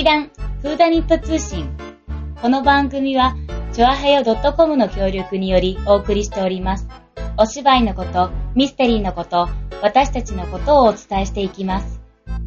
キャンフーダニット通信。この番組はチョアヘヨ .com の協力によりお送りしております。お芝居のこと、ミステリーのこと、私たちのことをお伝えしていきます。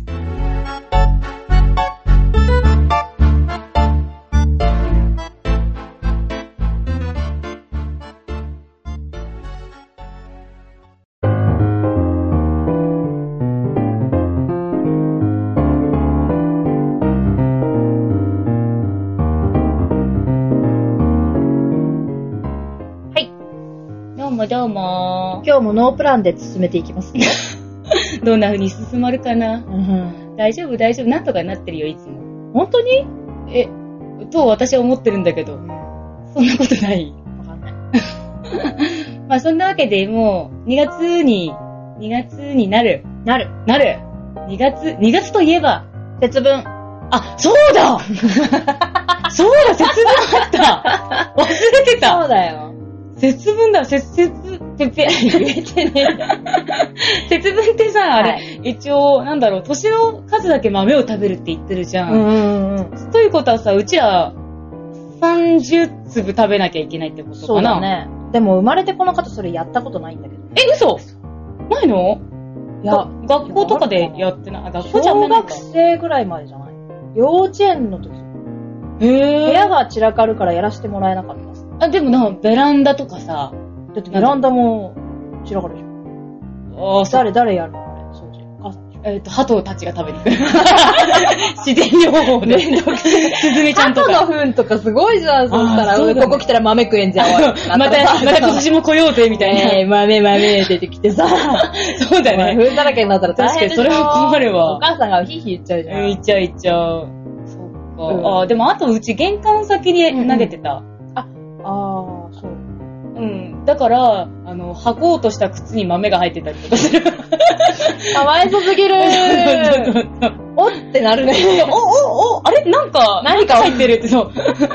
どうも。 今日もノープランで進めていきますね。 どんな風に進まるかな、大丈夫。なんとかなってるよ、いつも。 本当に？ と私は思ってるんだけど。そんなことない？ わかんない。 まあそんなわけでもう、2月になる。2月といえば、 節分。 あ、そうだそうだ、節分あった忘れてた。 そうだよ。 節分だ、言えてね。節分ってさ、あれ、はい、一応、年の数だけ豆を食べるって言ってるじゃん。ということはさ、うちら、30粒食べなきゃいけないってことかな。 そうだね。でも生まれてこの方それやったことないんだけど。 嘘ないの？ いや、 学校とかでやってない。学校じゃない。 小学生ぐらいまでじゃない？幼稚園の時。部屋が散らかるからやらせてもらえなかった。 でもベランダとかさ。 だってベランダも散らかるじゃん。誰やるのあれ、掃除。お母さんでしょ。 鳩たちが食べに来る。自然療法で。スズメちゃんとか。 鳩の糞とかすごいじゃん、そしたら。ここ来たら豆食えんじゃん。 また今年も来ようぜ、みたいな。 豆出てきてさ。 そうだね。 糞だらけになったら大変でしょ。 確かにそれは困るわ。 お母さんがヒーヒー言っちゃうじゃん。 言っちゃう。そっか。でもあとうち玄関先に投げてた。 そう。 だから、履こうとした靴に豆が入ってたりとかする。 かわいそすぎるおってなるね。 あれ何か入ってるって、そう。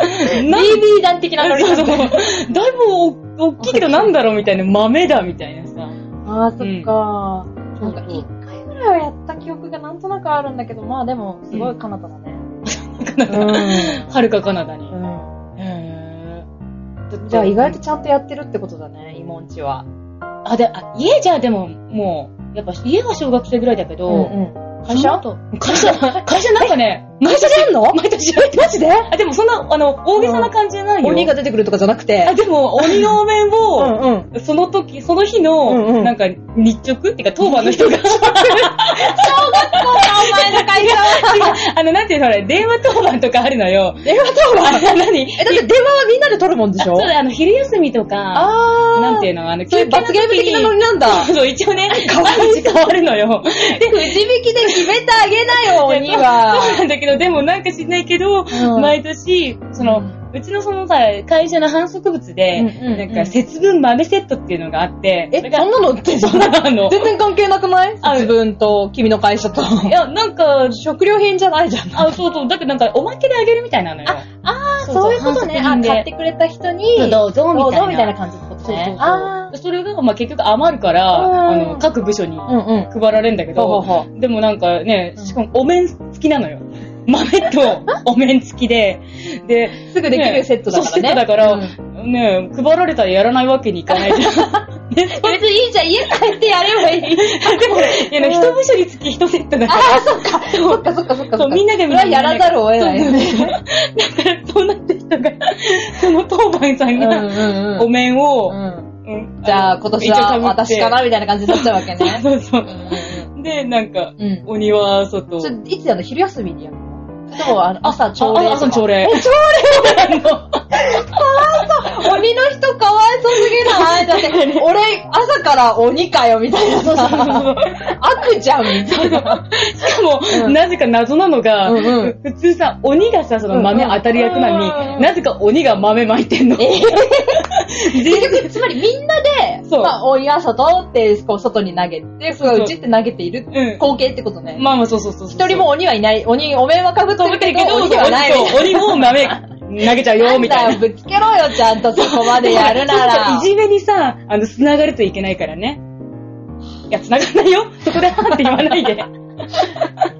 BB 弾的なノリだね。 だいぶ大きいけどなんだろうみたいな、豆だみたいなさ。 そっか。なんか一回ぐらいはやった記憶がなんとなくあるんだけど、まあでも、すごいカナダだね。 カナダ。はるかカナダに。 じゃあ意外とちゃんとやってるってことだね、イモンチは。 家じゃでももう、やっぱ家は小学生ぐらいだけど、会社なんかね、 会社でやんの？ 毎年やってマジで？でもそんな、大げさな感じじゃないよ。 鬼が出てくるとかじゃなくて。 でも、鬼のお面を、その日の、なんか、日直っていうか、当番の人が。小学校か、お前の会社は。なんていうの、電話当番とかあるのよ。 電話当番？ 何？だって電話はみんなで取るもんでしょ？ そうだ、昼休みとか、なんていうの、 そういう罰ゲーム的なノリなんだ。 そう、一応ね、毎日変わるのよ。 で、くじ引きで決めてあげなよ、鬼は。 そうなんだけど、でもなんか知んないけど、毎年、うちのそのさ、会社の販促物で、なんか節分豆セットっていうのがあって、 そんなのってそんなの全然関係なくない？節分と君の会社と。 いや、なんか、 食料品じゃないじゃん。 そう。だけどなんか、おまけであげるみたいなのよ。 そういうことね。買ってくれた人に、 どうぞみたいな感じってことね。 それが、結局余るから、各部署に配られるんだけど、でもなんかね、しかもお面付きなのよ。豆とお面付きで、 すぐできるセットだからね。 セットだから、ね、配られたらやらないわけにいかないじゃん。 別にいいじゃん、家帰ってやればいい。 でも、一部署につき一セットだから。 そっか。 みんなでやらざるを得ないよね。 だから、そうなった人が、その当番さんが、お面を、 じゃあ、今年は私かなみたいな感じになっちゃうわけね。 そう。で、なんか、鬼は外。 いつやるの？昼休みにやるの？朝朝礼。 朝朝礼。 朝礼かわいそう。鬼の人かわいそうすぎない？だって、俺、朝から鬼かよ、みたいなさ。悪じゃん、みたいな。 しかも、なぜか謎なのが、普通さ、鬼がさ、その豆当たる役なのに、なぜか鬼が豆巻いてんの。 結局、つまりみんなで、鬼は外って、外に投げて、うちって投げている光景ってことね。 まあ、そう。 一人も鬼はいない。お面はかぶってるけど、鬼はない。 鬼も豆投げちゃうよ、みたいな。 ぶつけろよ、ちゃんとそこまでやるなら。 いじめにさ、繋がるといけないからね。いや、繋がんないよ。そこではって言わないで。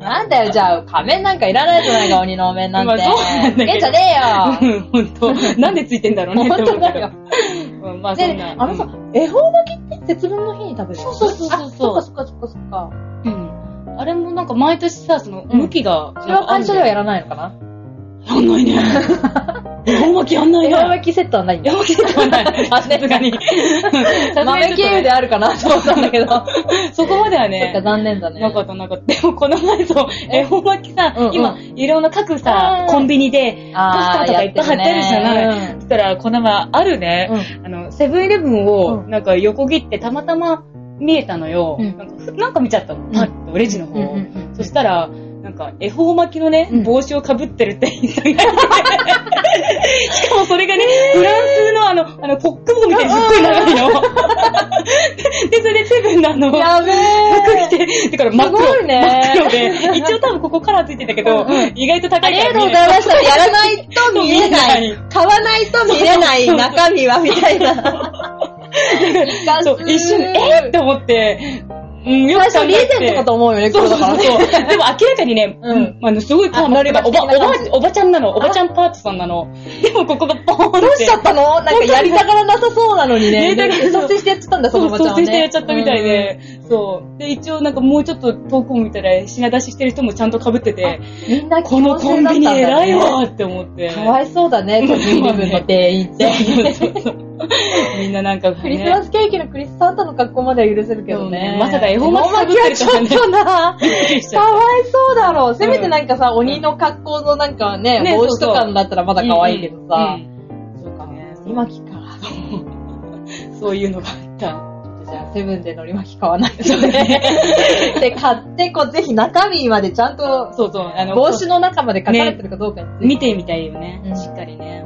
なんだよ、じゃあ、仮面なんかいらないじゃないか、鬼のお面なんて。 まあそうなんだけど。 じゃねえよ。 ほんと。なんでついてんだろうねって思うけど。まあそんな。 あのさ、恵方巻きって節分の日に食べるの？ そう。 そっか。 うん。あれもなんか毎年さ、その、向きが。 それは会社ではやらないのかな？ やんないね。恵方巻きやんないね。 恵方巻きセットはないんだ。 恵方巻きセットはない。さすがに。 豆経由であるかなと思ったんだけど。 そこまではね。 そっか、残念だね。 なかった。でもこの前そう、恵方巻きさ、今、いろんな各さ、コンビニで、ポスターとかいっぱい貼ってあるじゃない。そしたら、この前あるね、セブンイレブンを、なんか横切ってたまたま見えたのよ。なんか見ちゃったの。パッと、レジの方。そしたら、なんか、恵方巻きのね、帽子をかぶってる店員さんがいて、しかもそれがね、フランスのポック帽みたいにすっごい長いの。で、それでセブンのやべ服着て、だから真っ黒。 すごいね。 真っ黒で、一応多分ここカラーついてたけど、意外と高いから。 ありがとうございました。やらないと見えない。買わないと見れない中身は、みたいな。 そう、一瞬、って思って、 よく最初リーゼントかと思うよね、 そう。でも明らかにね、すごいパーマがおばちゃんなの。おばちゃんパートさんなの。でもここがポーンって。 どうしちゃったの？なんかやりたがらなさそうなのにね。率先してやっちゃったんだ、そのおばちゃんはね。 率先してやっちゃったみたいで。そう。で、一応なんかもうちょっと遠くを見たら品出ししてる人もちゃんと被ってて、 みんなこのコンビニ偉いわって思って。 かわいそうだね、コンビニ部の店員って。 みんななんかクリスマスケーキのクリスサンタの格好までは許せるけどね。 まさか恵方巻きかぶってるとはね。 ちょっとな。かわいそうだろう。せめてなんかさ、鬼の格好のなんかね、帽子とかだったらまだ可愛いけどさ。そうかね。海苔巻きか。 そういうのがあった。 じゃあ、セブンで海苔巻き買わないとね。で、買って、ぜひ中身までちゃんと、帽子の中まで書かれてるかどうかについて。 見てみたいよね。しっかりね。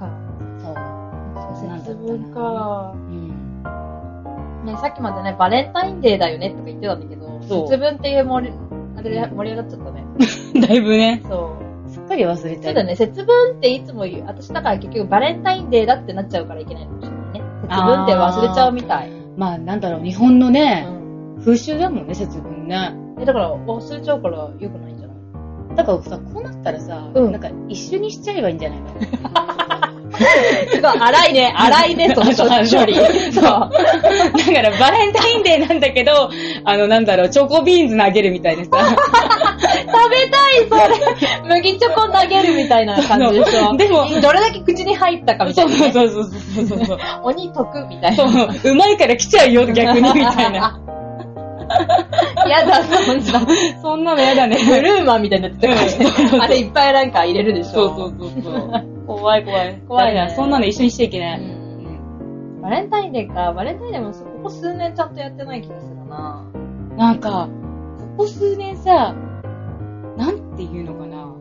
節分か。ね、さっきまでね、バレンタインデーだよねとか言ってたんだけど、節分っていうあれで盛り上がっちゃったね。 だいぶね。 そう。 すっかり忘れてる。 そうだね、節分っていつも言う。私だから結局バレンタインデーだってなっちゃうからいけないかもしれないね。節分って忘れちゃうみたい。 まあなんだろう、日本のね、風習だもんね、節分ね。 だから忘れちゃうから良くないんじゃない？ だからさ、こうなったらさ、なんか一緒にしちゃえばいいんじゃないの？ すごい、荒いね、その処理。そう。だから、バレンタインデーなんだけど、なんだろう、チョコビーンズ投げるみたいなさ。 食べたい、それ。麦チョコ投げるみたいな感じでしょ。でも、どれだけ口に入ったかみたいな、ね。 そう。 鬼得みたいな。 そう、うまいから来ちゃうよ、逆に、みたいな。 やだ、 そんなのやだね。 ブルーマンみたいになってた。あれいっぱいなんか入れるでしょ。 そう。怖いね。そんなの一緒にしちゃいけない。 バレンタインデーか。バレンタインデーもここ数年ちゃんとやってない気がするな。 なんか、ここ数年さ、なんていうのかな。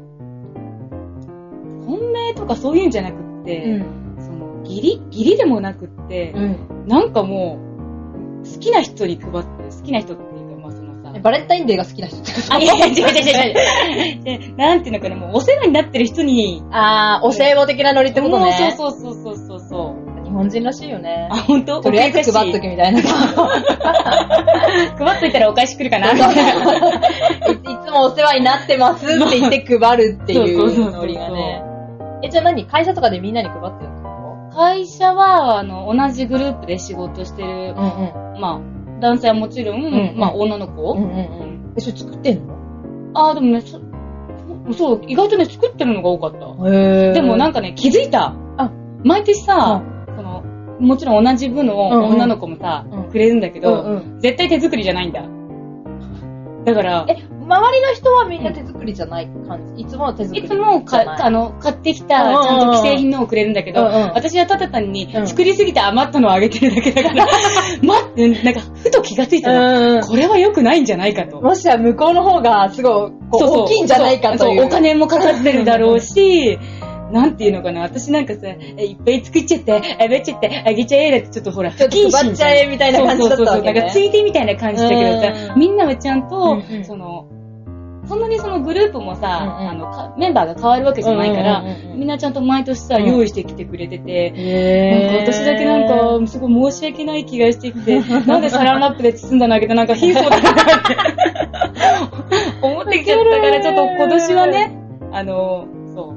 本命とかそういうんじゃなくって、義理でもなくって、なんかもう、好きな人に配って、好きな人っていうか、まあそのさ。 バレンタインデーが好きな人ってこと？ いや、違う。なんていうのかな、もうお世話になってる人に。 お歳暮的なノリってことね。 そう。 日本人らしいよね。 本当？ とりあえず配っとけみたいな。配っといたらお返し来るかな。いつもお世話になってますって言って配るっていうノリがね。じゃあ何？会社とかでみんなに配ってるの？ 会社は、同じグループで仕事してる、まあ、男性はもちろん、まあ、女の子。 それ作ってんの？ でもね、そう、意外とね、作ってるのが多かった。でもなんかね、気づいた。毎年さ、もちろん同じ部の女の子もさ、くれるんだけど、絶対手作りじゃないんだ。だから、 周りの人はみんな手作りじゃない感じ？いつも手作り？ いつも買ってきた、ちゃんと既製品のをくれるんだけど、私はただ単に作りすぎて余ったのをあげてるだけだから、待って、なんか、ふと気がついたら、これは良くないんじゃないかと。 もしは向こうの方がすごい大きいんじゃないかという。 お金もかかってるだろうし、なんていうのかな、私なんかさ、いっぱい作っちゃって、あげちゃって、あげちゃえだってちょっとほら、 不謹慎配っちゃえみたいな感じだったわけね。 なんかついてみたいな感じだけどさ、みんなはちゃんと、そんなにそのグループもさ、メンバーが変わるわけじゃないから、みんなちゃんと毎年さ、用意してきてくれてて、なんか私だけなんか、すごい申し訳ない気がしてきて、なんでサランラップで包んだんだけど、なんか貧相だなって思っってきちゃったから、ちょっと今年はね、そう、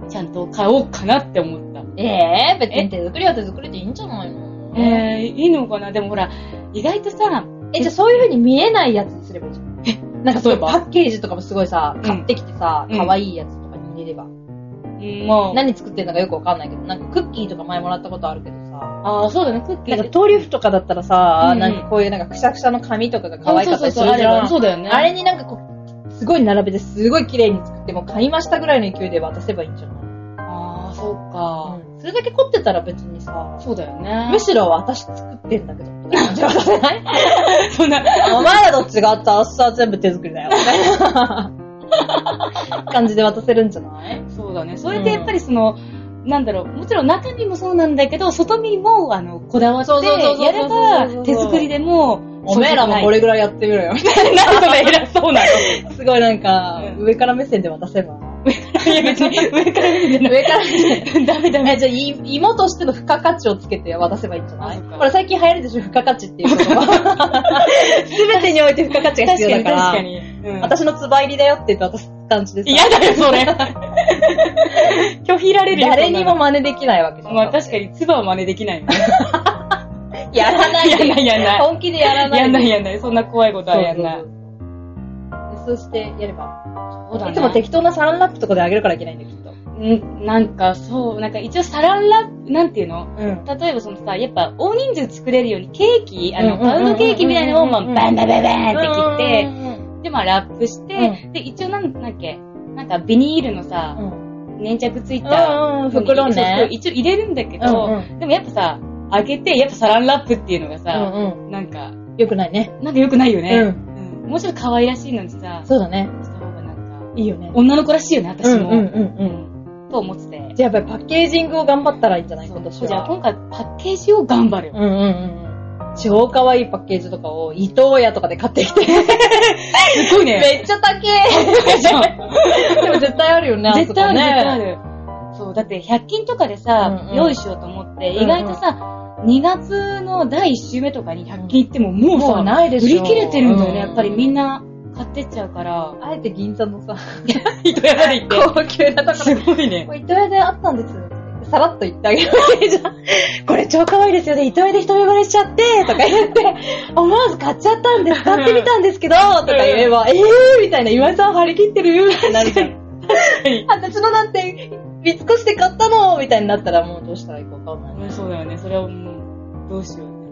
ちゃんと買おうかなって思った。 別に手作りは手作りでいいんじゃないの？ いいのかな？でもほら、意外とさ、 じゃあそういう風に見えないやつにすればいいじゃん。なんかそういうパッケージとかもすごいさ、買ってきてさ、可愛いやつとかに入れれば。もう何作ってんのかよくわかんないけど、なんかクッキーとか前もらったことあるけどさ。 そうだね、クッキー。 なんかトリュフとかだったらさ、なんかこういうなんかくしゃくしゃの紙とかが可愛かったりするじゃん。 そうだよね。 あれになんかこう、すごい並べてすごい綺麗に作っても買いましたぐらいの勢いで渡せばいいんじゃない？ そうか。 それだけ凝ってたら別にさ、 そうだよね。 むしろ私作ってんだけど、みたいな感じで渡せない？ そんな。 お前らと違った明日は全部手作りだよ、みたいな感じで渡せるんじゃない？ そうだね。それでやっぱりなんだろう、もちろん中身もそうなんだけど、外身もこだわってやれば、手作りでも、 おめえらもこれぐらいやってみろよ、みたいな。 なんか偉そうなの。 すごいなんか、上から目線で渡せば。 いや別に上から見てない。 上から見てダメ。 じゃあ、芋としての付加価値をつけて渡せばいいんじゃない？これ最近流行るでしょ、付加価値っていう言葉。すべてにおいて付加価値が必要だから。 確かに。 私のつば入りだよって言って渡す感じです。 嫌だよ、それ。拒否られるよ。 誰にも真似できないわけじゃん。 まあ確かに、つばは真似できないよね。 やらない。 やんない。 本気でやらない。 やんない。そんな怖いことはやんない。 そうしてやれば。 そうだね。 いつも適当なサランラップとかであげるからいけないんだよ、きっと。 なんか一応サランラップ、なんていうの？例えばさ、やっぱ大人数作れるようにケーキ、パウンドケーキみたいなのをバンバンバンバンって切って、で、まあラップして、で、一応なんだっけ、なんかビニールのさ、粘着ついた袋ね。 一応入れるんだけど、でもやっぱさ、開けて、やっぱサランラップっていうのがさ、なんか、 良くないね。 なんか良くないよね。もうちょっと可愛らしいのにさ、 そうだね。 した方がなんか、 いいよね。 女の子らしいよね、私も。と思ってて。 じゃあやっぱりパッケージングを頑張ったらいいんじゃない？今年は。 じゃあ今回パッケージを頑張る。 超可愛いパッケージとかを伊東屋とかで買ってきて。すごいね。 めっちゃ高えじゃん。でも絶対あるよね、 絶対ある。そう、だって100均とかでさ、用意しようと思って、意外とさ、2月の第1週目とかに100均行ってももうさ、 ないでしょ。 売り切れてるんだよね。やっぱりみんな買ってっちゃうから。 あえて銀座のさ、 伊東屋まで行って。 高級なところ。 すごいね。 伊東屋であったんです。さらっと言ってあげるわけじゃん。これ超可愛いですよね。伊東屋で一目惚れしちゃって、とか言って、思わず買っちゃったんです。買ってみたんですけど、とか言えば、みたいな、岩井さん張り切ってるってなるじゃん。私のなんて、見尽くして買ったのみたいになったらもうどうしたらいいかわかんない。 そうだよね。それはもう、どうしよう。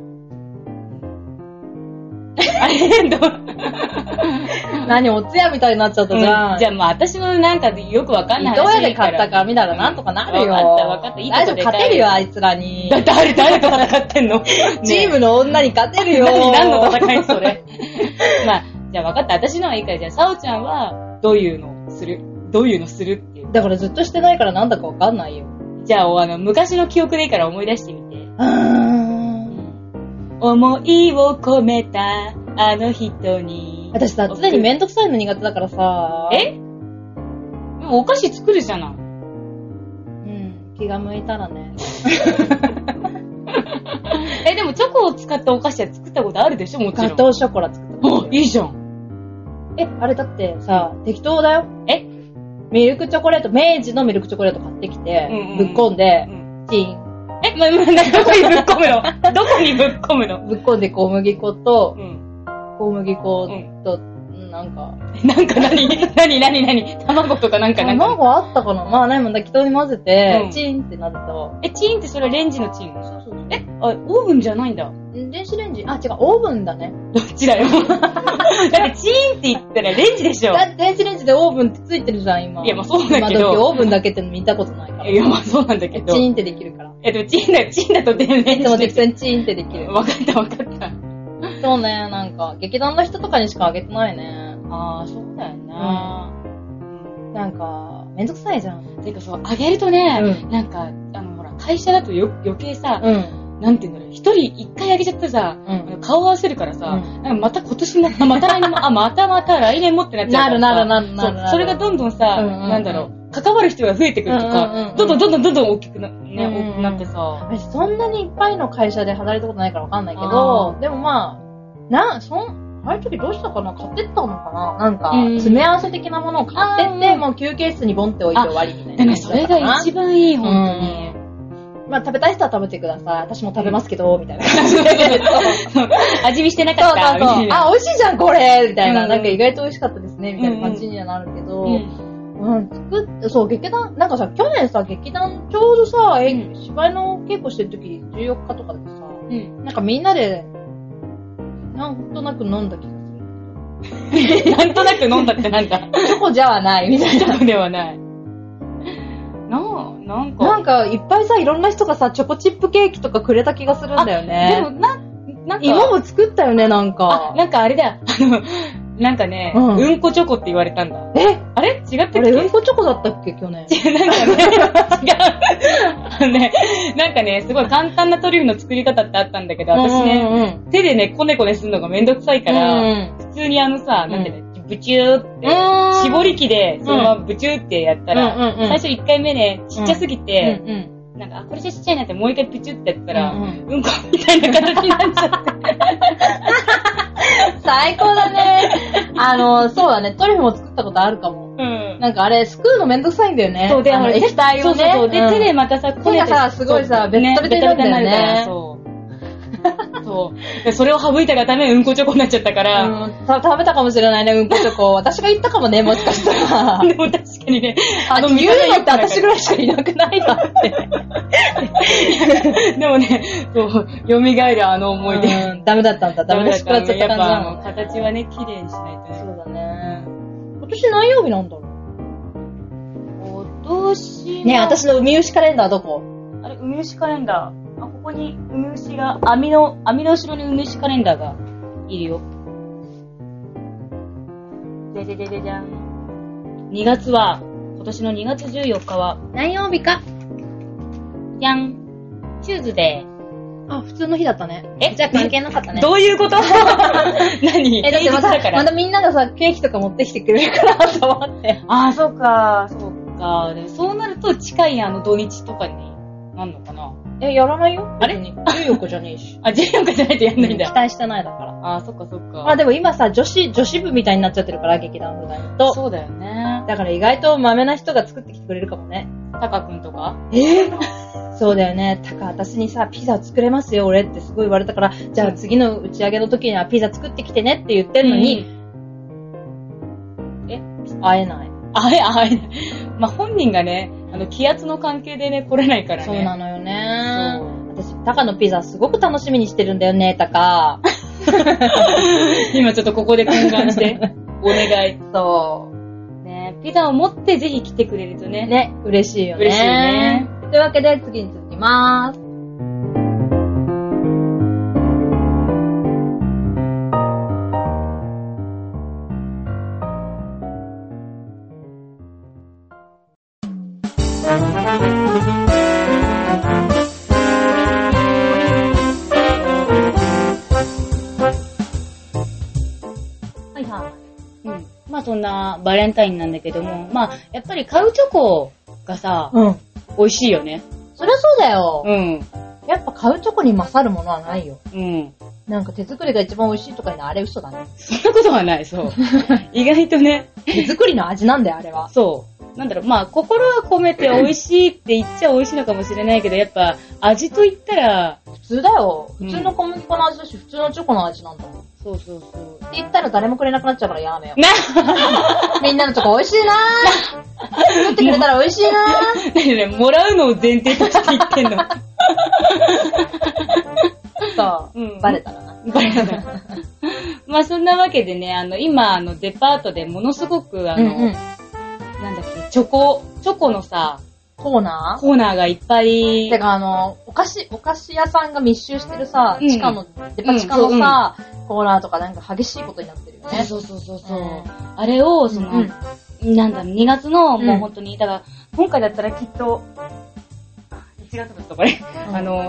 何おつやみたいになっちゃったじゃん。 じゃあまあ私もなんかよくわかんない話。 伊東屋で買ったから見たらなんとかなるよ。 わかった。いいとこで勝てるよ、あいつらに。 誰と戦ってんの？ チームの女に勝てるよ。 何の戦いそれ。まあ、じゃあわかった。私のはいいから、じゃあさおちゃんはどういうのするっていう。 だからずっとしてないからなんだかわかんないよ。 じゃあ昔の記憶でいいから思い出してみて。思いを込めたあの人に。 私さ、常にめんどくさいの苦手だからさ。 でもお菓子作るじゃない。 気が向いたらね。 でもチョコを使ったお菓子は作ったことあるでしょ？もちろん。 ガトーショコラ作ったことある。 いいじゃん。 あれだってさ、適当だよ。ミルクチョコレート、明治のミルクチョコレート買ってきて、ぶっ込んで、チン。 どこにぶっ込むの？どこにぶっ込むの？ ぶっ込んで小麦粉と、なんか何卵とかなんか卵あったかな？まあないもん適当に混ぜて、チンってなると。 チンってそれレンジのチン？ そう。 オーブンじゃないんだ。 電子レンジ？違う、オーブンだね。 どっちだよ。だってチンって言ったらレンジでしょ。 だって電子レンジでオーブンってついてるじゃん、今。 いや、まあそうだけど。 今時オーブンだけって見たことないから。 いや、まあそうなんだけど。 チンってできるから。 でもチンだとレンジで。 いつも適当にチンってできる。 わかった。 そうね、なんか、劇団の人とかにしかあげてないね。 そうだよね。 なんか、めんどくさいじゃん。 てかそう、あげるとね、なんか、ほら、会社だと余計さ、なんていうんだろう、一人一回あげちゃったらさ、顔合わせるからさ、また今年も、また来年も、また来年もってなっちゃうからさ。なる。それがどんどんさ、なんだろう、関わる人が増えてくるとか、どんどん大きくなってさ。 私そんなにいっぱいの会社で働いたことないからわかんないけど、でもまあ、 ああいう時どうしたかな、買ってったのかな、なんか、詰め合わせ的なものを買ってって、もう休憩室にボンって置いて終わりみたいな。 でもそれが一番いい、ほんとに。 まあ食べたい人は食べてください。私も食べますけど、みたいな感じで。 味見してなかった。 そう。あ、美味しいじゃん、これみたいな。なんか意外と美味しかったですね、みたいな感じにはなるけど。そう、劇団、なんかさ、去年さ、劇団ちょうどさ、芝居の稽古してる時、14日とかでさ、なんかみんなで、なんとなく飲んだ気がする。 なんとなく飲んだってなんだ。 チョコじゃないみたいな。 チョコではない。 なんか、いっぱいさ、いろんな人がさ、チョコチップケーキとかくれた気がするんだよね。 でも、なんか。 今も作ったよね、なんか。 なんかあれだよ。なんかね、うんこチョコって言われたんだ。あれ違ったっけ？あれ、 うんこチョコだったっけ、去年。 なんかね、違う。なんかね、すごい簡単なトリュフの作り方ってあったんだけど、私ね、手でね、コネコネするのがめんどくさいから、普通になんてね、ブチューって、絞り器で、そのままブチューってやったら、最初1回目ね、ちっちゃすぎて、なんか、これじゃちっちゃいなってもう一回プチュってやったら、うんこみたいな形になっちゃって。 最高だね。そうだね、トリュフも作ったことあるかも。なんかあれ、すくうのめんどくさいんだよね。 そうで、 液体をね。 そう。で、手でまたさ、 手がさ、すごいさ、ベッタベタになるんだよね。 そう。それを省いたがため、うんこチョコになっちゃったから。 食べたかもしれないね、うんこチョコ。私が言ったかもね、もしかしたら。 でも確かにね。 言うのって私ぐらいしかいなくないわって。 でもね、そう、蘇るあの思い出。 ダメだったんだ。ダメだしくなっちゃった感じなの。 やっぱ形はね、綺麗にしないとね。 そうだね。今年何曜日なんだろう。 今年ね、私の海牛カレンダーどこ？ あれ、海牛カレンダー。ここに海牛が、網の後ろに海牛カレンダーがいるよ。じゃじゃじゃじゃじゃん。2月は、今年の2月14日は、 何曜日か？ じゃん。チューズデー。 あ、普通の日だったね。じゃあ関係なかったね。 どういうこと何？ だってまたみんながさ、ケーキとか持ってきてくれるからと思って。 あ、そうか。でもそうなると近い土日とかになるのかな？ やらないよ。あれ？14日じゃねえし。 14日じゃないとやんないんだ。 期待してないだから。 そっか。 でも今さ、女子部みたいになっちゃってるから、劇団部外と。 そうだよね。 だから意外と豆な人が作ってきてくれるかもね。 タカ君とか？ そうだよね。タカ、私にさ、ピザ作れますよ、俺ってすごい言われたから、じゃあ次の打ち上げの時にはピザ作ってきてねって言ってるのに、会えない。 会えない。まあ、本人がね、気圧の関係でね、来れないからね。 そうなのよね。私、タカのピザすごく楽しみにしてるんだよね、タカ。 今ちょっとここで懇願して、お願い。 そう。 ね、ピザを持ってぜひ来てくれるとね。 ね、嬉しいよね。 嬉しいね。 というわけで、次に続きます。 まあそんなバレンタインなんだけども、まあやっぱり買うチョコがさ、美味しいよね。 そりゃそうだよ。やっぱ買うチョコに勝るものはないよ。なんか手作りが一番美味しいとかいうのはあれ嘘だね。 そんなことはない、そう。意外とね。 手作りの味なんだよ、あれは。 そう。なんだろう、まあ心は込めて美味しいって言っちゃ美味しいのかもしれないけど、やっぱ味と言ったら。 普通だよ。普通の小麦粉の味だし、普通のチョコの味なんだもん。 そう。 って言ったら誰もくれなくなっちゃうからやめよう。みんなのチョコ美味しいなー。作ってくれたら美味しいなー。ね、もらうのを前提として言ってんの。 そう、バレたらな。 まあそんなわけでね、今デパートでものすごくなんだっけ、チョコのさ、 コーナーがいっぱい。 てかお菓子屋さんが密集してるさ、地下のさ、コーナーとかなんか激しいことになってるよね。 そう。あれを、なんだ、2月の、もう本当に、だから、今回だったらきっと、1月だったこれ。 でも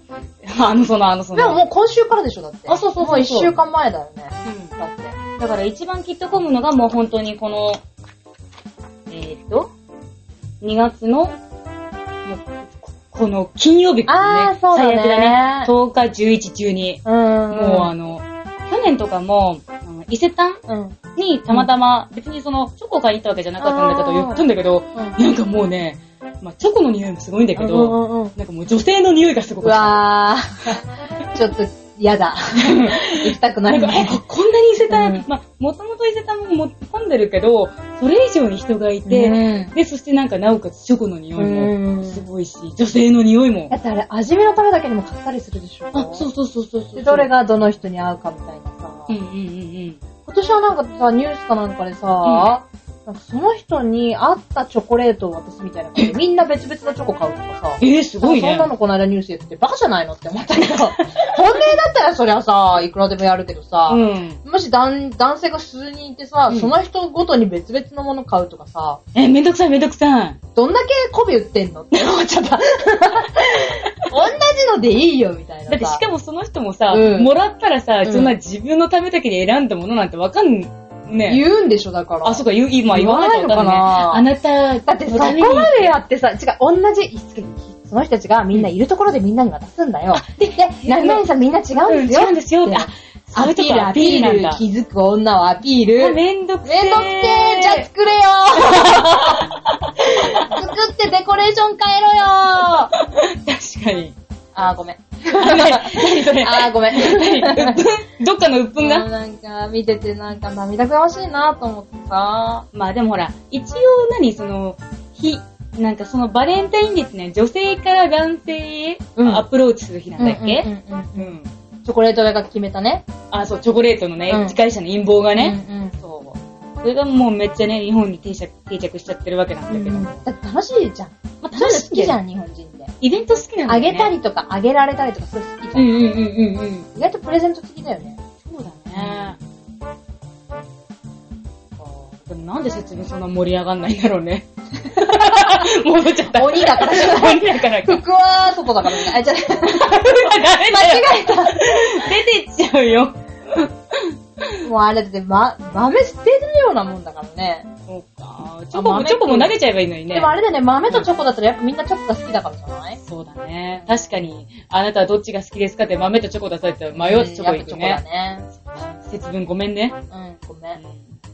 もう今週からでしょ、だって。 そう。 もう1週間前だよね。だって。 だから一番きっと混むのがもう本当にこの、2月の、この金曜日からね、最悪だね。10日、11、12。もう去年とかも、 伊勢丹にたまたま、別にその、チョコを買いに行ったわけじゃなかったんだけど、言ったんだけど、なんかもうね、まあ、チョコの匂いもすごいんだけど、なんかもう女性の匂いがすごくうわー、ちょっと嫌だ。行きたくないね。 なんかこんなに伊勢丹、まあ、もともと伊勢丹も混んでるけど、それ以上に人がいて、で、そしてなんかなおかつチョコの匂いもすごいし、女性の匂いも。 だってあれ、味見のためだけでも買ったりするでしょ。 あ、そう。 で、どれがどの人に合うかみたいなさ。今年はなんかさ、ニュースかなんかでさ、なんかその人に合ったチョコレートを渡すみたいな感じで、みんな別々のチョコ買うとかさ。 すごいね。 そんなのこの間ニュースやってて、バカじゃないのって思ったけど、本命だったらそりゃさ、いくらでもやるけどさ、もし男性が数人いてさ、その人ごとに別々のもの買うとかさ、 めんどくさい。 どんだけ媚び売ってんのって思っちゃった。同じのでいいよ、みたいな。 だってしかもその人もさ、もらったらさ、そんな自分のためだけに選んだものなんてわかんね。 言うんでしょ、だから。 あ、そうか、今言わないのかな。あなた、 だってそこまでやってさ、違う、同じ、その人たちがみんないるところでみんなに渡すんだよ。で、何々さんみんな違うんですよ。 違うんですよ。 アピール、気づく女をアピール。 めんどくせー。 じゃあ作れよ作ってデコレーション変えろよ確かに。 ごめん。 何それ。 ごめん。 どっかの鬱憤がなんか、見ててなんか涙ぐましいなと思ってさ。 まあでもほら、一応なんかそのバレンタインデーってね、女性から男性へアプローチする日なんだっけ？ チョコレート屋が決めたね。 あ、そう、チョコレートのね、司会者の陰謀がね。そう。それがもうめっちゃね、日本に定着しちゃってるわけなんだけど。 だって楽しいじゃん。まあ、楽しい好きじゃん、日本人で。 イベント好きなんだよね。 あげたりとか、あげられたりとか、それ好きじゃん。意外とプレゼント的だよね。 そうだね。でもなんで説明そんな盛り上がんないんだろうね。戻っちゃった。 鬼だから。服は外だからね。間違えた。 出てっちゃうよ。 もうあれだって、豆捨てるようなもんだからね。 そうか。チョコも投げちゃえばいいのにね。 でもあれだね、豆とチョコだったらやっぱみんなチョコが好きだからじゃない？ そうだね。確かに、あなたはどっちが好きですかって豆とチョコ出されたら迷ってチョコ行くね。 やっぱチョコだね。 節分ごめんね。 ごめん。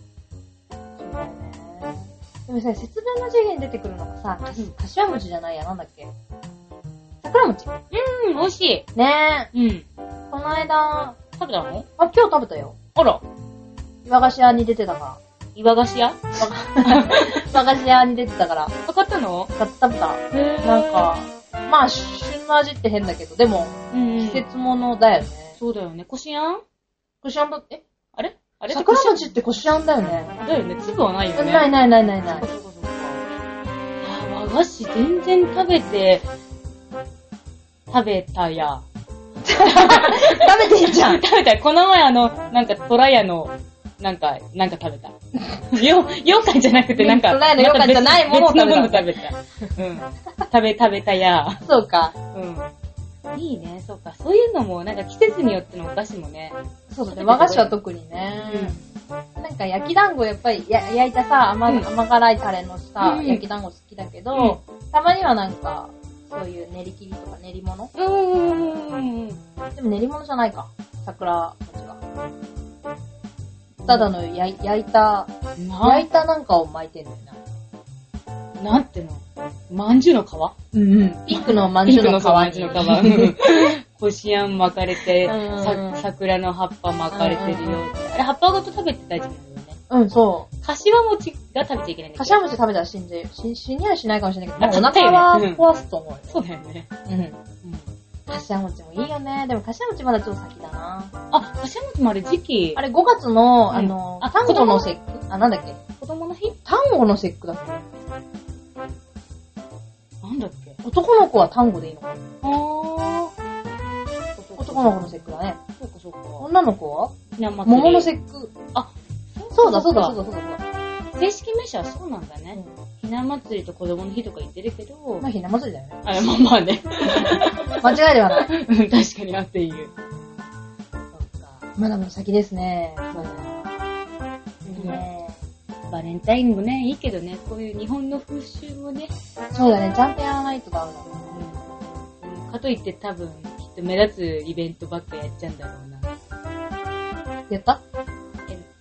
でもさ、節分の時期に出てくるのがさ、柏餅じゃないや、なんだっけ？桜餅。 美味しい。 ねえ。この間、 食べたの？ 今日食べたよ。 あら。 岩菓子屋に出てたから。 岩菓子屋？ 岩菓子屋に出てたから。 買ったの？ 食べた。なんか、まあ、旬の味って変だけど、でも、季節物だよね。 そうだよね。こしあんだ、 あれ桜餅ってこしあんだよね。 だよね。粒はないよね。 ない。 和菓子全然食べたや。 食べてんじゃん。 食べた。この前なんかトラヤの、なんか食べた。羊羹じゃなくてなんか。 トラヤの羊羹じゃないものを食べた。 別のもの食べた。食べたや。 そうか。 いいね、そうか。そういうのも、なんか季節によってのお菓子もね。 そうだね、和菓子は特にね。なんか焼き団子やっぱり焼いたさ、甘辛いタレのさ、焼き団子好きだけど、たまにはなんか、そういう練り切りとか練り物？でも練り物じゃないか、桜餅は。ただの焼いたなんかを巻いてんだよな。 なんていうの？まんじゅうの皮？ ピンクのまんじゅうの皮。 こしあん巻かれて、桜の葉っぱ巻かれてるよ。あれ、葉っぱごと食べて大丈夫なんだよね。 そう。 柏餅が食べちゃいけないんだけど。 柏餅食べたら死にはしないかもしれないけど、お腹は壊すと思うよ。 そうだよね。 柏餅もいいよね。でも柏餅まだちょっと先だな。 あ、柏餅もあれ時期。 あれ5月の、端午の節句。なんだっけ？ 子供の日？ 端午の節句だっけ？ なんだっけ？ 男の子は端午でいいのかな？男の子の節句だね。 そうか。 女の子は？桃の節句。あ、そうだ。 正式名称はそうなんだね。ひな祭りと子供の日とか言ってるけど。 まあひな祭りだよね。 まあね。 間違いではない。 確かにあっていう。 そうか。まだまだ先ですね。そうね。バレンタインもね、いいけどね、こういう日本の風習もね。 そうだね、ちゃんとやらないとダメだね。 かといって多分、きっと目立つイベントばっかやっちゃうんだろうな。 やった？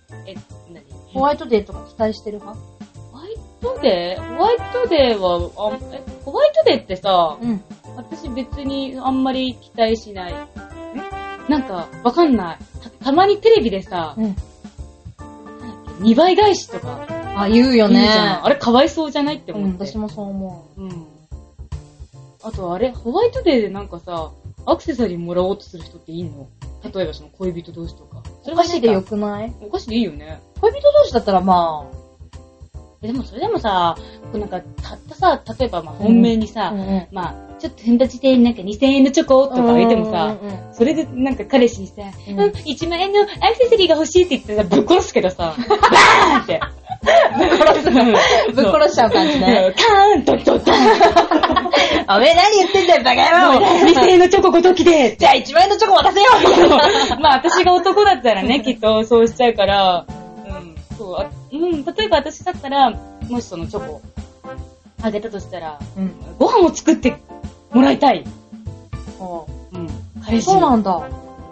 ホワイトデーとか期待してる派？ ホワイトデーは、ホワイトデーってさ、私別にあんまり期待しない。なんか、わかんない。たまにテレビでさ、2倍返しとか。 言うよね。 あれかわいそうじゃないって思って。 私もそう思う。 あとホワイトデーでなんかさ、アクセサリーもらおうとする人っていいの？例えばその恋人同士とか。 お菓子でよくない？ お菓子でいいよね。 恋人同士だったらまあ。 でもそれでもさ、なんかたったさ、例えば本命にさ、まあちょっと踏んだ時点なんか2000円のチョコとかあげてもさ、それでなんか彼氏にさ、1万円のアクセサリーが欲しいって言ってさ、ぶっ殺すけどさ、バーンって。 ぶっ殺しちゃう感じね。 カーンとドドンおめえ何言ってんだよ、バカ野郎 2000円のチョコごときでじゃあ1万円のチョコ渡せよまあ私が男だったらね、きっとそうしちゃうから、例えば私だったら、もしそのチョコあげたとしたら、ご飯を作ってもらいたい。彼氏。 そうなんだ。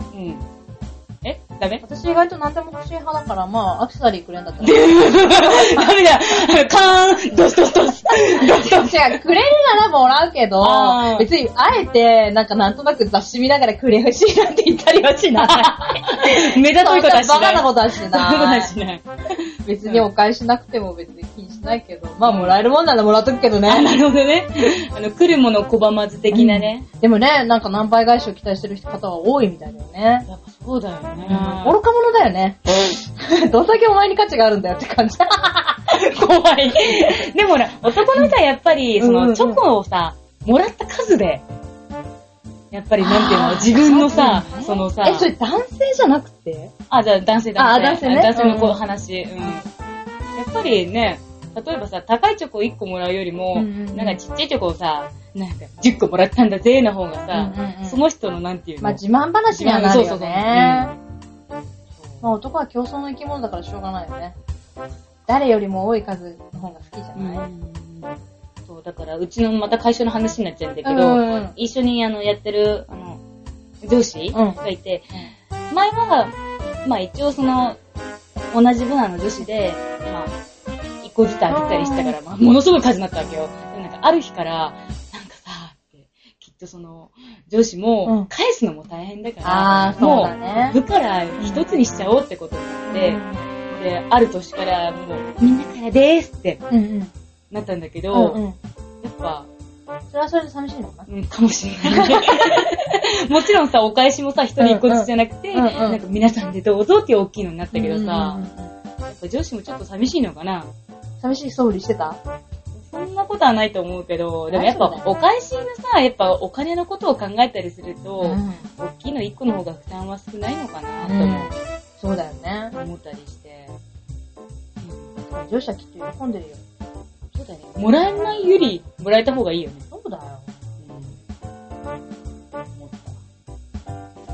ダメ？ 私意外と何でも欲しい派だから、まあ、アクセサリーくれんだったら。 ダメだカーンドスドスドス違う、くれるならもらうけど、別に、あえて、なんとなく雑誌見ながらくれほしいなんて言ったりはしない。 目立といことはしない。 バカなことはしない。別にお返しなくても別に気にしないけど、まあ、もらえるもんならもらっとくけどね。 なるほどね。来るもの拒まず的なね。 でもね、なんか何倍返しを期待してる方は多いみたいだよね。 やっぱそうだよね。 愚か者だよね。どんだけお前に価値があるんだよって感じ。 怖い。でも男の人はやっぱり、そのチョコをさ、もらった数で、やっぱりなんていうの、自分のさ、そのさ。 それ男性じゃなくて？ じゃあ男性。 男性ね。 男性のこう話。やっぱりね、例えばさ、高いチョコ1個もらうよりも、なんかちっちゃいチョコをさ、なんか10個もらったんだぜの方がさ、その人のなんていうの。 まあ自慢話にはなるよね。まあ男は競争の生き物だからしょうがないよね。誰よりも多い数の方が好きじゃない？ そう、だからうちのまた会社の話になっちゃうんだけど、一緒にやってる、上司がいて、前は、まあ一応その、同じ部の女子で、まあ、一個ずつあげたりしたから、まあ、ものすごい数になったわけよ。でもなんかある日から、なんかさ、きっとその、上司も、返すのも大変だから、もう、部から一つにしちゃおうってことになって、で、ある年から、もう、みんなからでーすって、なったんだけど、やっぱ、 それはそれで寂しいのかな？ かもしれない。もちろんさ、お返しもさ、一人一個ずつじゃなくて、なんか皆さんでどうぞっていう大きいのになったけどさ、やっぱ上司もちょっと寂しいのかな？ 寂しい素振りしてた？ そんなことはないと思うけど、でもやっぱお返しのさ、やっぱお金のことを考えたりすると、大きいの一個の方が負担は少ないのかなと思う。 そうだよね。 思ったりして。 上司はきっと喜んでるよ。 そうだね。もらえないより、もらえた方がいいよね。 そうだよ。思った。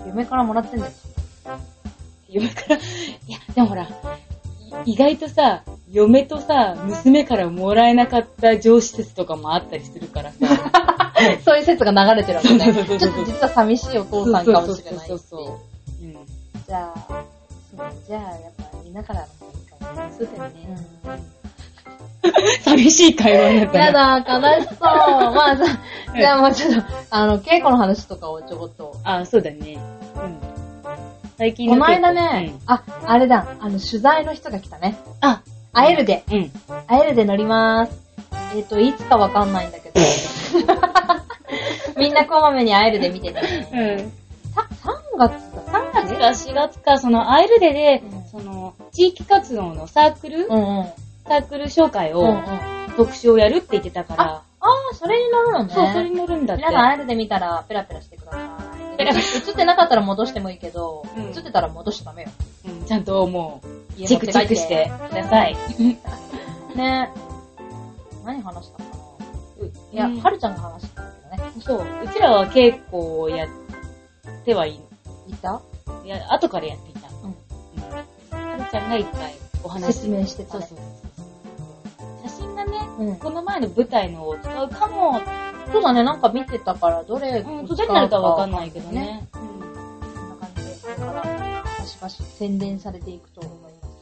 嫁からもらってんだよ。 嫁から、いや、でもほら、意外とさ、嫁とさ、娘からもらえなかった上司説とかもあったりするからさ。 そういう説が流れてるわけね。ちょっと実は寂しいお父さんかもしれない。じゃあ、やっぱみんなからの方がいいかもね。そうだよね。 寂しい会話になったね。 やだ、悲しそう。まあさ、じゃあもうちょっと、稽古の話とかをちょこっと。 そうだね。最近この間ね、あれだ、取材の人が来たね。会えるで。会えるで乗ります。いつかわかんないんだけど。みんなこまめに会えるで見てね。3月か 4月か、その会えるで、その、地域活動のサークル紹介を、特集をやるって言ってたから。 それに乗るのね。 そう、それに乗るんだって。 皆さん会えるで見たら、ペラペラしてください。映ってなかったら戻してもいいけど、映ってたら戻しちゃダメよ。 ちゃんともう、チェックしてください。 ね。何話したかな？いや、はるちゃんが話したんだけどね。 そう。うちらは稽古をやってはいた？ いや、後からやっていた。はるちゃんが一回お話説明してたね。 そう。写真がね、この前の舞台のを使うかも。 そうだね、なんか見てたから、どれになるかわかんないけどね。 そんな感じで、これからバシバシ宣伝されていくと思います。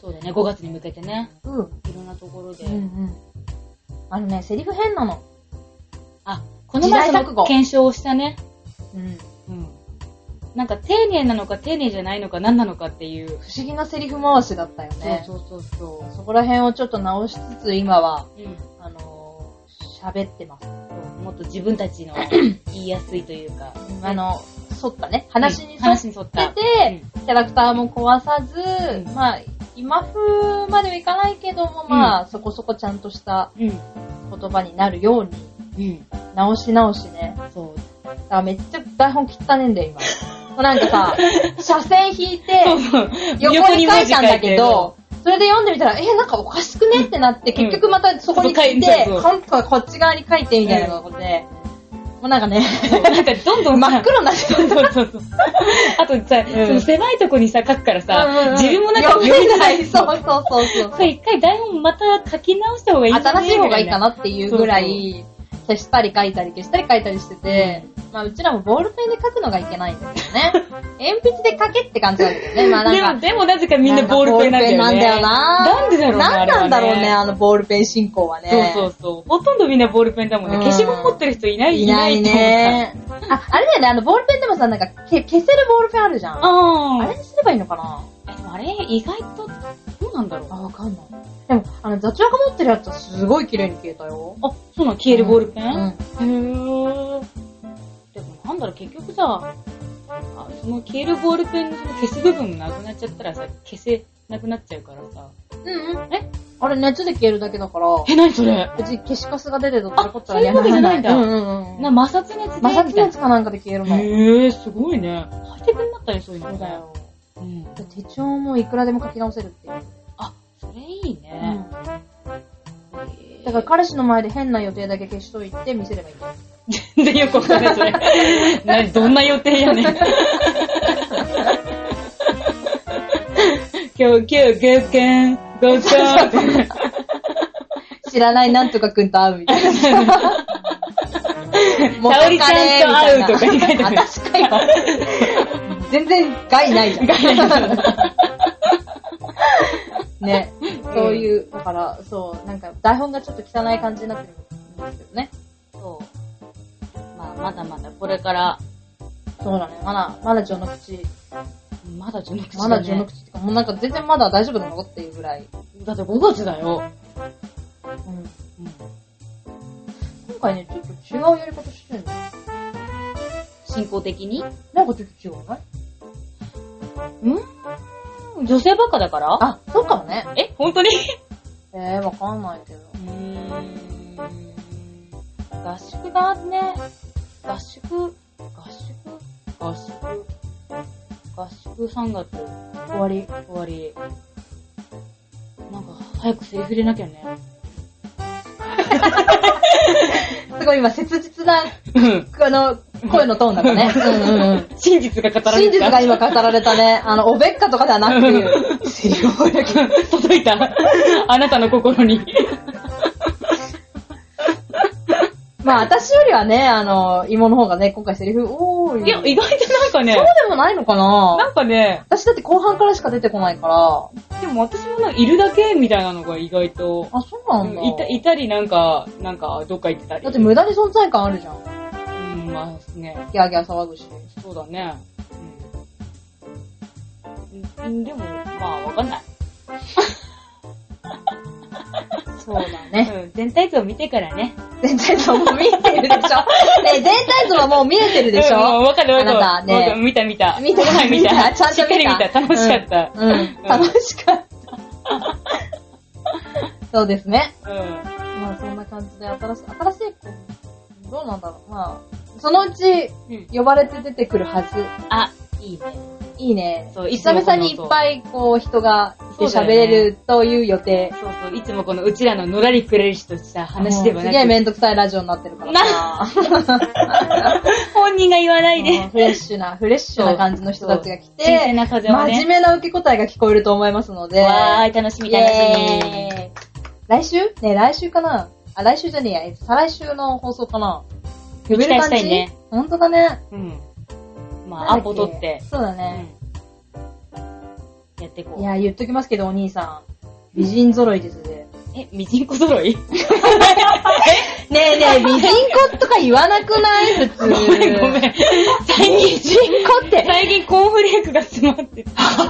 そうだね、5月に向けてね。 うん。 いろんなところで。 セリフ変なの。 あ、この前その検証をしたね。 うん。 なんか丁寧なのか丁寧じゃないのか何なのかっていう。 不思議なセリフ回しだったよね。 そう。 そこら辺をちょっと直しつつ、今は、喋ってます。 もっと自分たちの言いやすいというか。 沿ったね。話に沿ってて、キャラクターも壊さず、まあ、今風まではいかないけども、まあ、そこそこちゃんとした言葉になるように、直しね。そう。だからめっちゃ台本切ったねんだよ、今。なんかさ、斜線引いて、横に書いたんだけど、それで読んでみたら、なんかおかしくねってなって、結局またそこに書いて、こっち側に書いてみたいなことで、もうなんかね、 なんかどんどん真っ黒になってそう。あとさ、その狭いとこにさ、書くからさ、自分もなんか読めない。そう。一回台本また書き直した方がいいんじゃない新しい方がいいかなっていうぐらい、消したり書いたりしてて、まあうちらもボールペンで書くのがいけないんだけどね。鉛筆で書けって感じなんだけどね。まあなんか。 でもなぜかみんなボールペンなんだよね。 なんだよな。 なんでだろうね。 なんだろうね、ボールペン進行はね。 そう。ほとんどみんなボールペンだもんね。消しゴム持ってる人いないね。あれだよね、ボールペンでもさ、なんか消せるボールペンあるじゃん。あれにすればいいのかな。 あれ意外と、どうなんだろう。 わかんない。でも、ザチワが持ってるやつはすごい綺麗に消えたよ。 あ、そうなの？消えるボールペン？へー。でもなんだろう、結局さ、その消えるボールペンのその消す部分なくなっちゃったらさ、消せなくなっちゃうからさ。 あれ熱で消えるだけだから。 何それ？ 別に消しカスが出てるとかことはそういうわけじゃないんだ。摩擦熱で。 摩擦熱かなんかで消えるの。 へー、すごいね。ハイテクになったね、そういうの。そうだよ。 手帳もいくらでも書き直せるっていう。 あ、それいいね。 だから彼氏の前で変な予定だけ消しといて見せればいいんだよ。 全然よくわかんない、それ。どんな予定やねん。今日、合コン。 知らないなんとかくんと会うみたいな。 沙織ちゃんと会うとかに書いてある。 確かよ。全然害ないじゃん。ね。そういう、だから、そう、なんか台本がちょっと汚い感じになってるんですけどね。 そう。まあ、まだまだこれから。 そうだね。まだ序の口。 まだ序の口、 まだ序の口ってか、もうなんか全然まだ大丈夫なのっていうぐらい。 だって5月だよ。 今回ね、ちょっと違うやり方してるの。 進行的になんかちょっと違うない？ 女性ばっかだから？ あ、そうかもね。 本当に？ わかんないけど。 合宿だね。合宿3月。 終わり。 なんか、早くセリフ入れなきゃね。 すごい今切実な、声のトーンだったね。 真実が語られた。 真実が今語られたね。おべっかとかではなく、セリフ覚えなきゃ。 届いた。あなたの心に。 まあ、私よりはね、妹の方がね、今回セリフ多い。 いや、意外となんかね。 そうでもないのかな？ なんかね。 私だって後半からしか出てこないから。 でも私もいるだけみたいなのが意外と。 あ、そうなんだ。 いたりなんか、どっか行ってたり。 だって無駄に存在感あるじゃん。 まあね。 ギャーギャー騒ぐし。 そうだね。でも、まあわかんない。 そうだね。 全体像見てからね。 全体像も見えてるでしょ。ね、全体像はもう見えてるでしょ。 わかる。 あなたね。 見た。 見た。ちゃんと見た。 しっかり見た。楽しかった。 楽しかった。そうですね。まあそんな感じで新しい子、どうなんだろう。まあ、そのうち呼ばれて出てくるはず。 あ、いいね。 いいね。そう、久々にいっぱい人がいて喋れるという予定。 そう、いつもこのうちらののらりくらりしとした話ではなく。 すげえめんどくさいラジオになってるからさ。 本人が言わないで。 フレッシュな感じの人たちが来て、 新鮮な風をね、 真面目な受け答えが聞こえると思いますので。 わーい、楽しみ。 来週かな？来週じゃねえや。再来週の放送かな？ 呼べる感じ？ね。 ほんとだね。 まあ、アポ取って。 そうだね。 やっていこう。 いや、言っときますけど、お兄さん。美人揃いですね。 ミジンコ揃いねえねえ、美人子とか言わなくない普通。 ごめん。 美人子って。 最近コーンフレークが詰まってて。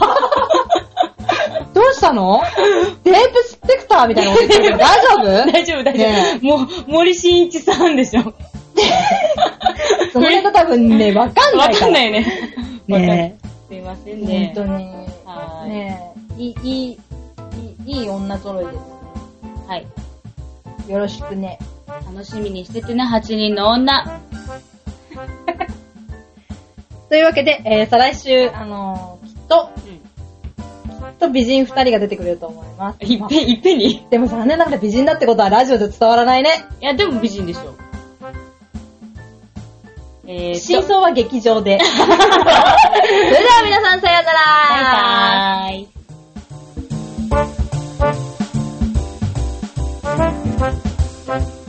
どうしたのテープスペクターみたいなこと言ってるけど、大丈夫大丈夫。 ねもう、森進一さんでしょ。 その方多分ね、わかんないから。 わかんないね。 ねすいませんね。 ほんとに。 はい。 ねえ、いい女揃いです。 はい。 よろしくね。 楽しみにしててね、8人の女。 というわけで、再来週、きっと美人2人が出てくれると思います。 いっぺんにでも残念ながら美人だってことはラジオで伝わらないね。 いや、でも美人でしょ。 真相は劇場で。それでは皆さんさようなら。 バイバーイ。 Thank you.